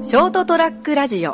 ショートトラックラジオ。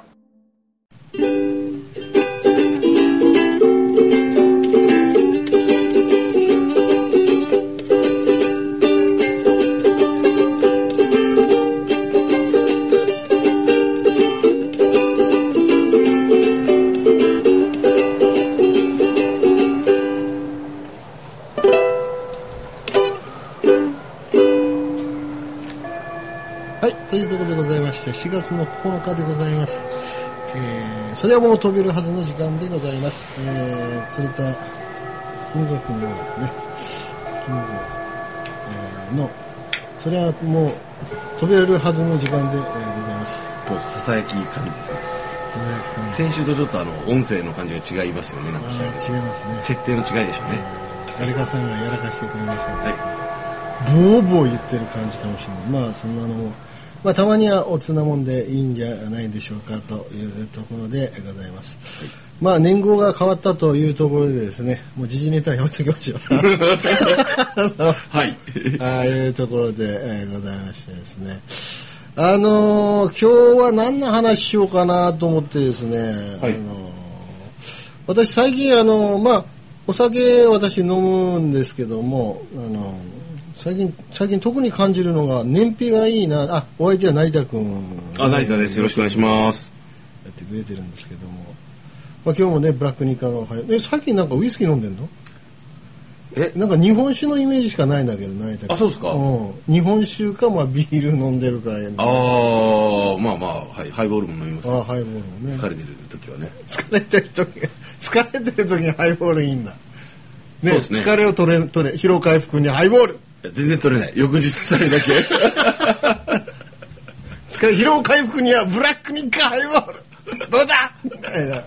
というところでございまして、4月の9日でございます。それはもう飛べるはずの時間でございます。釣れた金属のですね、金属、のそれはもう飛べるはずの時間で、ございます。 もうささやき感じですね。 ささやき感じ。 先週とちょっと音声の感じが違いますよね。なんか違いますね。 設定の違いでしょうね。 誰かさんがやらかしてくれましたので、 はい、 ボーボー言ってる感じかもしれない。まあそんなのも。たまにはおつなもんでいいんじゃないでしょうかというところでございます。はい、年号が変わったというところでですね、もう時事ネタはやめときましょう。 はい。 ああいうところで、ございましてですね。今日は何の話しようかなと思ってですね、はい、私最近お酒私飲むんですけども、最近特に感じるのが燃費がいいな。お相手は成田君。 成田です。よろしくお願いします。 やってくれてるんですけども、今日もねブラックニカの最近なんかウイスキー飲んでるの？なんか日本酒のイメージしかないんだけど、成田君。 そうですか。 日本酒かビール飲んでるかやね。 はい。ハイボールも飲みます。 ハイボールもね。 疲れてる時はね。 疲れてる時にハイボールいいんだ。ね、 そうですね。 疲れを取れ疲労回復にハイボール。 全然取れない。翌日さえだけ。 疲労回復にはブラックニカハイボールどうだみたいな。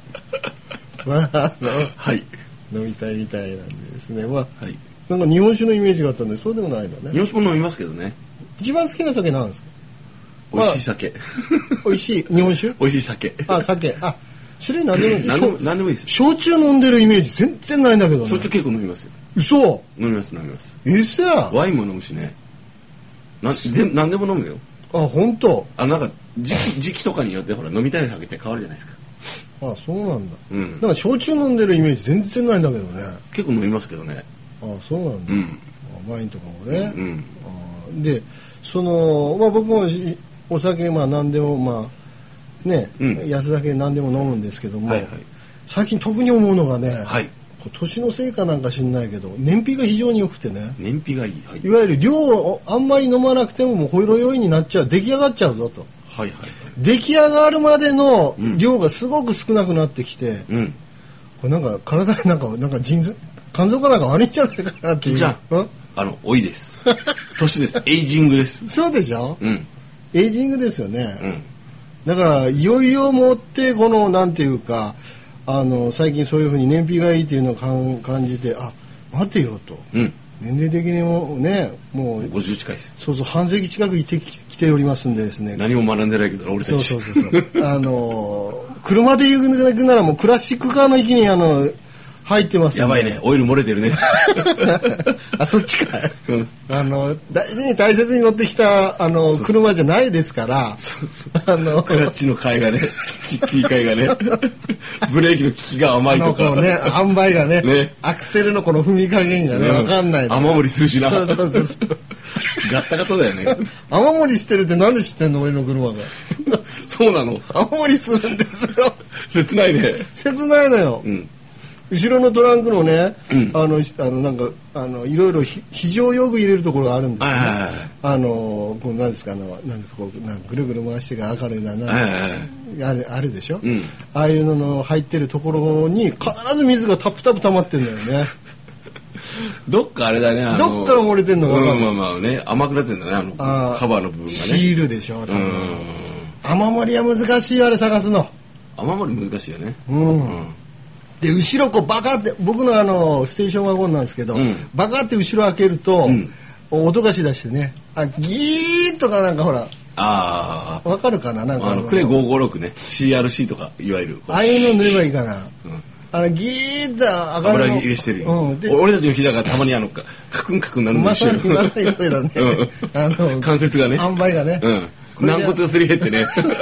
はい。 飲みたいみたいなんでですね。 はい。 なんか日本酒のイメージがあったんで、そうでもないんだね。 日本酒も飲みますけどね。 一番好きな酒なんですか？ 美味しい酒。 美味しい日本酒？ 美味しい酒。 酒。種類何でもいい。 何でもいいです。 焼酎飲んでるイメージ全然ないんだけどね。 焼酎結構飲みますよ。 嘘？ 飲みます。 嘘や。 ワインも飲むしね。何でも飲むよ。 本当。 なんか時期とかによってほら飲みたい酒って変わるじゃないですか。 そうなんだ。なんか焼酎飲んでるイメージ全然ないんだけどね。 結構飲みますけどね。 そうなんだ。ワインとかもね。で、僕もお酒何でも安酒何でも飲むんですけども、最近特に思うのがね、年のせいかなんか知んないけど燃費が非常に良くてね。 燃費がいい。 いわゆる量をあんまり飲まなくてもほろ酔いになっちゃう、出来上がっちゃうぞと。出来上がるまでの量がすごく少なくなってきて、これなんか体になんか肝臓かなんか悪いんじゃないかなっていう。 じゃ老いです。年です。エイジングです。 そうでしょ。エイジングですよね。だからいよいよもってこのなんていうか最近そういうふうに燃費がいいっていうのを感じて、待てよと、年齢的にもねもう 50近いです。 そう半世紀近く生きてきておりますんでですね。 何も学んでないけど俺たち。 そう車で行くならもうクラシックカーの域に入ってますね。 やばいね、オイル漏れてるね。 そっちかい。大切に乗ってきた車じゃないですから。 クラッチの替えがね、切り替えがね、ブレーキの利きが甘いとか塩梅がね、アクセルのこの踏み加減がね分かんない。 雨漏りするしな。 そうガッタガタだよね。 雨漏りしてるってなんで知ってんの？俺の車が。 そうなの。 雨漏りするんですよ。 切ないね。 切ないのよ。後ろのトランクのね、なんかいろいろ非常用具入れるところがあるんですよね。こうなんですかぐるぐる回してが明るいなあれでしょ。ああいうのの入ってるところに必ず水がタプタプ溜まってんだよね。 どっかあれだね。 どっから漏れてんのか分かんない。 甘くなってんだねカバーの部分がね。 シールでしょ。雨漏りは難しいよあれ探すの。 雨漏り難しいよね。 で後ろこうバカって僕のステーションワゴンなんですけど、バカって後ろ開けると、音がしだしてね、ギーッとかなんかほらわかるかな、なんかクレ556ね、 CRC とかいわゆるああいうの塗ればいいかな。ギーッと油入れしてるよ。俺たちの膝がたまにカクンカクンなるんですよ。 まさにそれだね。 関節がね、 塩梅がね、 軟骨がすり減ってね。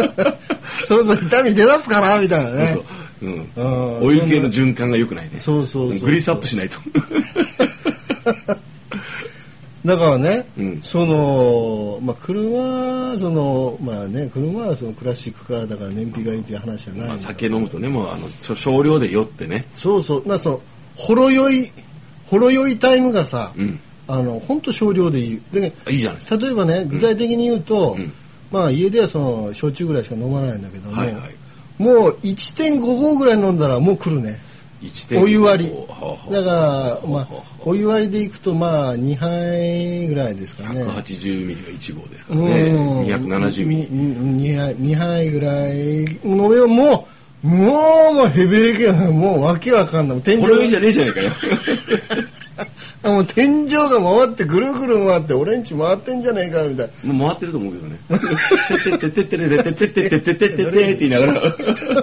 そろそろ痛み出だすかなみたいなね。 そうそう、オイル系の循環が良くないね。 そうそうグリースアップしないと。 だからね、車はそのクラシックカーだから燃費がいいという話じゃない。 酒飲むとね、もう少量で酔ってね。 そうそう、そのほろ酔いタイムがさ、本当少量でいい。でね、 いいじゃないですか。 例えばね、具体的に言うと、家ではその焼酎ぐらいしか飲まないんだけども、もう 1.5 合ぐらい飲んだらもう来るね。お湯割りだからお湯割りでいくと2杯ぐらいですかね。 180ミリが1合ですからね。270ミリ 2杯ぐらいの上をもうヘベレケがもうわけわかんない。 これじゃねえじゃねえかよ。 もう天井が回ってぐるぐる回って俺んち回ってんじゃねえかみたいな。 もう回ってると思うけどね。てってってれてってってってってってって言いながら。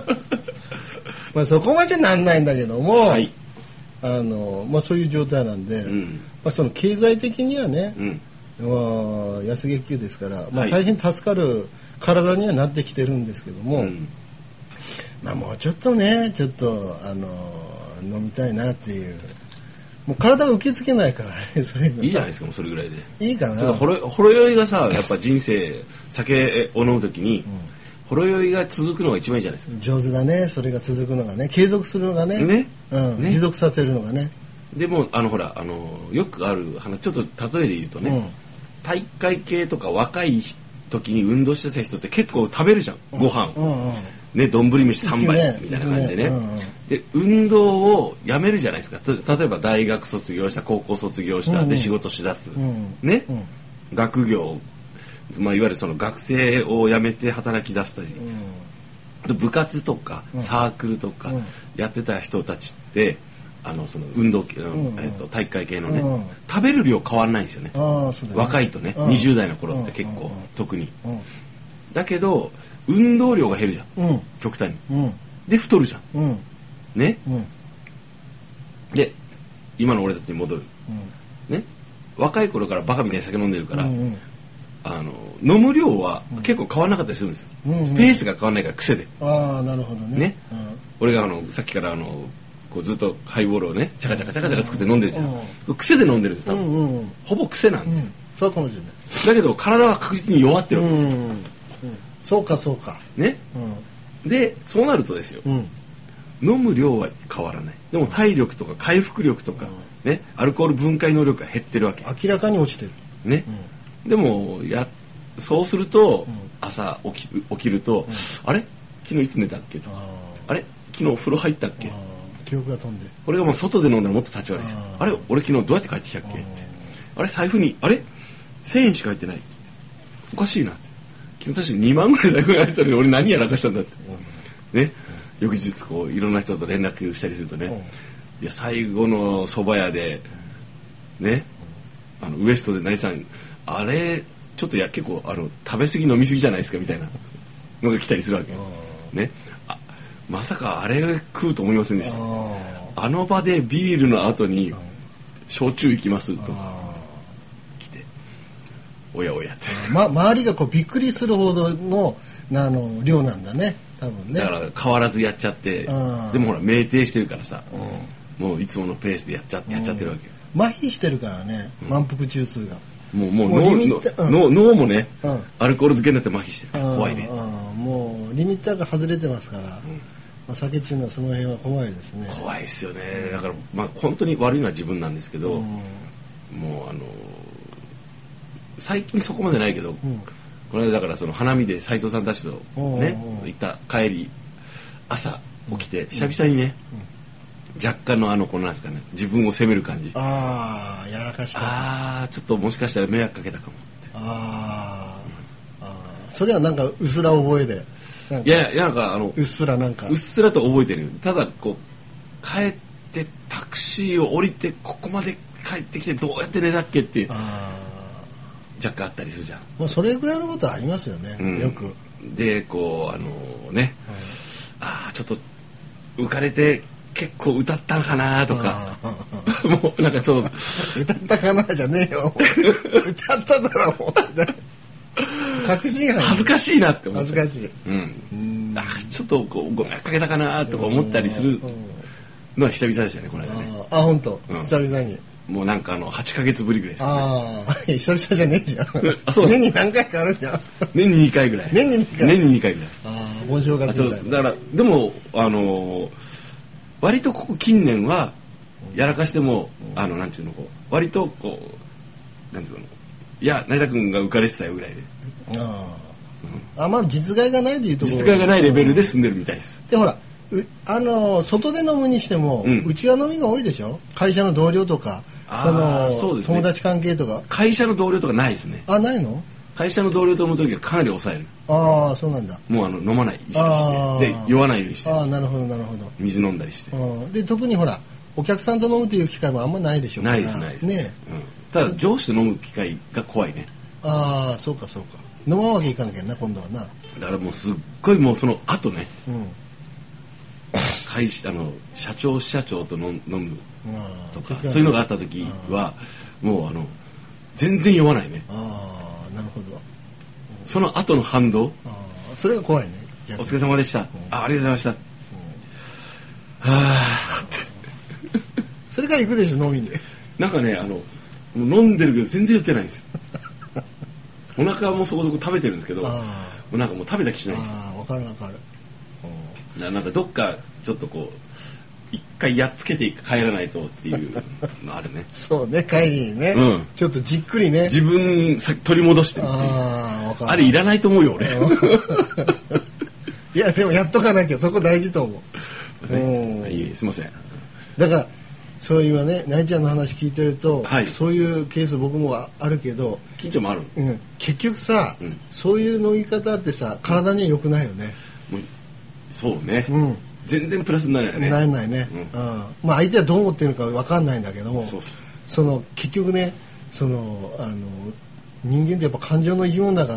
そこまでじゃなんないんだけども、そういう状態なんで、その経済的にはね、安月給ですから、大変助かる体にはなってきてるんですけども、もうちょっとね飲みたいなっていう。もう体が受け付けないからね。それいいじゃないですか、もうそれぐらいでいいかな。 ちょっとほろ酔いがさ、やっぱ人生酒を飲むときに、ほろ酔いが続くのが一番いいじゃないですか。 上手だね、それが続くのがね、継続するのがね、持続させるのがね。 でもよくある話、ちょっと例えで言うとね、体育会系とか若い時に運動してた人って結構食べるじゃん、ご飯ね、丼飯3杯みたいな感じでね。で運動をやめるじゃないですか。例えば大学卒業した、高校卒業した、で仕事しだす、ね、学業、いわゆるその学生を辞めて働き出すたち、部活とかサークルとかやってた人たちって、その運動系体育会系のね、食べる量変わらないんですよね。若いとね、20代の頃って結構特に。だけど運動量が減るじゃん、極端に。で太るじゃん、ね、で今の俺たちに戻る、ね、若い頃からバカみたいに酒飲んでるから、飲む量は結構変わらなかったりするんですよ、ペースが変わらないから、癖で。 なるほどね。 俺がさっきからこうずっとハイボールをねチャカチャカ作って飲んでるじゃん、癖で飲んでるんです、多分、ほぼ癖なんですよ、 そうかもしれない。 だけど体は確実に弱ってるわけですよ、 そうかね、でそうなるとですよ、飲む量は変わらない。でも体力とか回復力とか、ね、アルコール分解能力が減ってるわけ。 明らかに落ちてる。 ね、でもそうすると、朝起きると、あれ昨日いつ寝たっけとか、あれ昨日お風呂入ったっけ、 記憶が飛んで。 これがもう外で飲んだらもっと立ち悪いですよ。あれ俺昨日どうやって帰ってきたっけって、あれ財布にあれ1000円しか入ってない、おかしいなって、昨日確かに2万ぐらい財布に入ってたのに俺何やらかしたんだって、ね、翌日こういろんな人と連絡したりするとね、いや最後の蕎麦屋でね、ウエストで何さんあれちょっと結構食べ過ぎ飲み過ぎじゃないですかみたいなのが来たりするわけね。まさかあれ食うと思いませんでした。あの場でビールの後に焼酎行きますと来て、おやおやって、 周りがこうびっくりするほどの量なんだね、多分ね。 だから変わらずやっちゃって、でもほら酩酊してるからさ、もういつものペースでやっちゃってるわけ。 麻痺してるからね、満腹中枢が。 もう脳もね、アルコール漬けになって麻痺してる、怖いね。 もうリミッターが外れてますから、酒っていうのはその辺は怖いですね。 怖いですよね。だから本当に悪いのは自分なんですけど、もう最近そこまでないけど、この間だからその花見で斉藤さんたちとね行った帰り、朝起きて久々にね、若干のこのなんですかね、自分を責める感じ。 やらかした。 ちょっともしかしたら迷惑かけたかもって。 それはなんかうすら覚えで。 いやなんかうっすらなんか。 うっすらと覚えてるよ。ただこう帰ってタクシーを降りてここまで帰ってきてどうやって寝たっけって若干あったりするじゃん。 もうそれぐらいのことはありますよね。よく。 でこうね、ちょっと浮かれて結構歌ったんかなとか、もうなんかちょっと歌ったかなじゃねえよ。歌っただろもう。 確信犯。 恥ずかしいなって思って。 恥ずかしい。 ちょっとこうご迷惑かけたかなとか思ったりするのは久々でしたね、この間ね。 本当。久々に。 もうなんか8ヶ月ぶりぐらいですね。久々じゃねえじゃん。そう。年に何回かあるじゃん。 年に2回ぐらい。 年に 2回ぐらい。 お正月ぐらい。 だからでも割とここ近年はやらかしてもなんていうの割とこうなんていうの、いや成田君が浮かれてたよぐらいで。 まあ実害がないというところ。 実害がないレベルで住んでるみたいです。 でほら外で飲むにしても、うちわ飲みが多いでしょ。会社の同僚とかそうですね、友達関係とか。 会社の同僚とかないですね。 ないの？ 会社の同僚と飲む時はかなり抑える。 そうなんだ。 もう飲まない意識してで酔わないようにして。 なるほどなるほど。 水飲んだりして。 で特にほらお客さんと飲むという機会もあんまないでしょうから。 ないですね。ただ上司と飲む機会が怖いね。 そうか飲まわけいかなきゃな今度はな。 だからもうすっごいもうその後ね、社長と飲むとかそういうのがあった時はもう全然酔わないね。 なるほど。 その後の反動、 それが怖いね。 お疲れ様でした。ありがとうございました。 それから行くでしょ飲みに。 なんかね飲んでるけど全然酔ってないんですよ。お腹もそこそこ食べてるんですけど、なんかもう食べた気しない。 わかる。 なんかどっかちょっとこう一回やっつけて帰らないとっていうのあるね。 そうね、帰りにね、ちょっとじっくりね自分取り戻してるっていう。あれいらないと思うよ俺。 いやでもやっとかなきゃ、そこ大事と思う。 すいません。 だからそういうね、なえちゃんの話聞いてると、そういうケース僕もあるけど、 近所もある。 結局さ、そういう飲み方ってさ体には良くないよね。 そうね。全然プラスにならないね。 ならないね。まあ相手はどう思ってるのか分かんないんだけども、結局ね、人間ってやっぱ感情の生き物だから、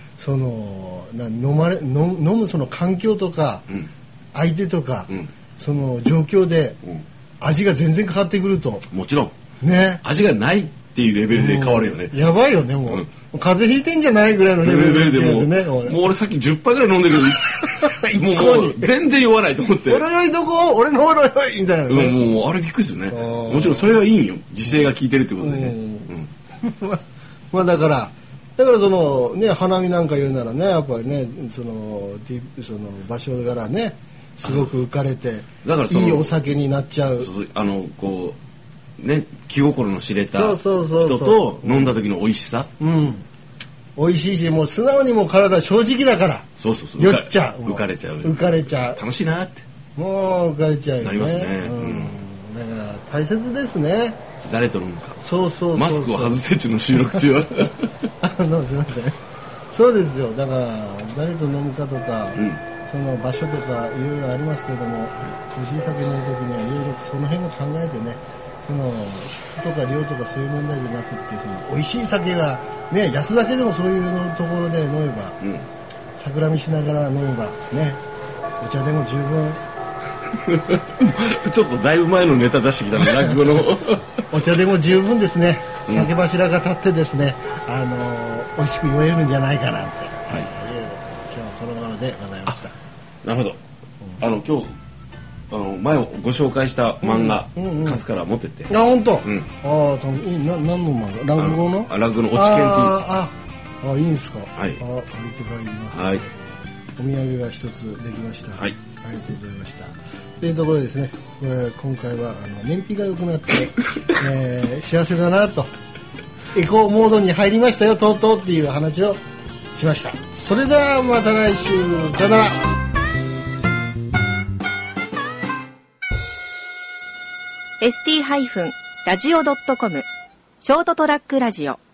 飲むその環境とか、相手とか、その状況で味が全然変わってくると。 もちろん。 ね。 味がないっていうレベルで変わるよね。 やばいよねもう。風邪ひいてんじゃないぐらいのレベルでね。 もう俺さっき10杯ぐらい飲んでるけど、もう全然酔わないと思って。 俺よいどこ？俺のほろよいみたいなね。 もうあれびっくりするね。もちろんそれはいいんよ。自制が効いてるってことでね。 まあだからそのね、花見なんか言うならね、やっぱりね、その場所柄ね、すごく浮かれて、いいお酒になっちゃう。 こうね、気心の知れた人と飲んだ時の美味しさ。 美味しいし、もう素直にもう体正直だから。酔っちゃう。 浮かれちゃう。楽しいなって。 もう浮かれちゃうよね。 なりますね。 だから大切ですね。 誰と飲むか。 マスクを外せちの収録中は。 すいません。そうですよ。だから誰と飲むかとか、その場所とかいろいろありますけども、美味しい酒飲む時にはいろいろその辺も考えてね、その質とか量とかそういう問題じゃなくって、その美味しい酒がね、安酒でもそういうところで飲めば、桜見しながら飲めばね、お茶でも十分。 ちょっとだいぶ前のネタ出してきたね、落語の。 お茶でも十分ですね。酒柱が立ってですね、美味しく酔えるんじゃないかなって、今日はこの頃でございました。 なるほど。今日前をご紹介した漫画、カスから持ってって。 本当。何の漫画？落語の？ 落語の落ち研っていう。いいんですか。 はい。 借りて帰りますので、お土産が一つできました。はい。ありがとうございました。というところでですね、今回は燃費が良くなって、幸せだなと、エコーモードに入りましたよとうとうっていう話をしました。それではまた来週、さよなら。 ST-radio.com ショートトラックラジオ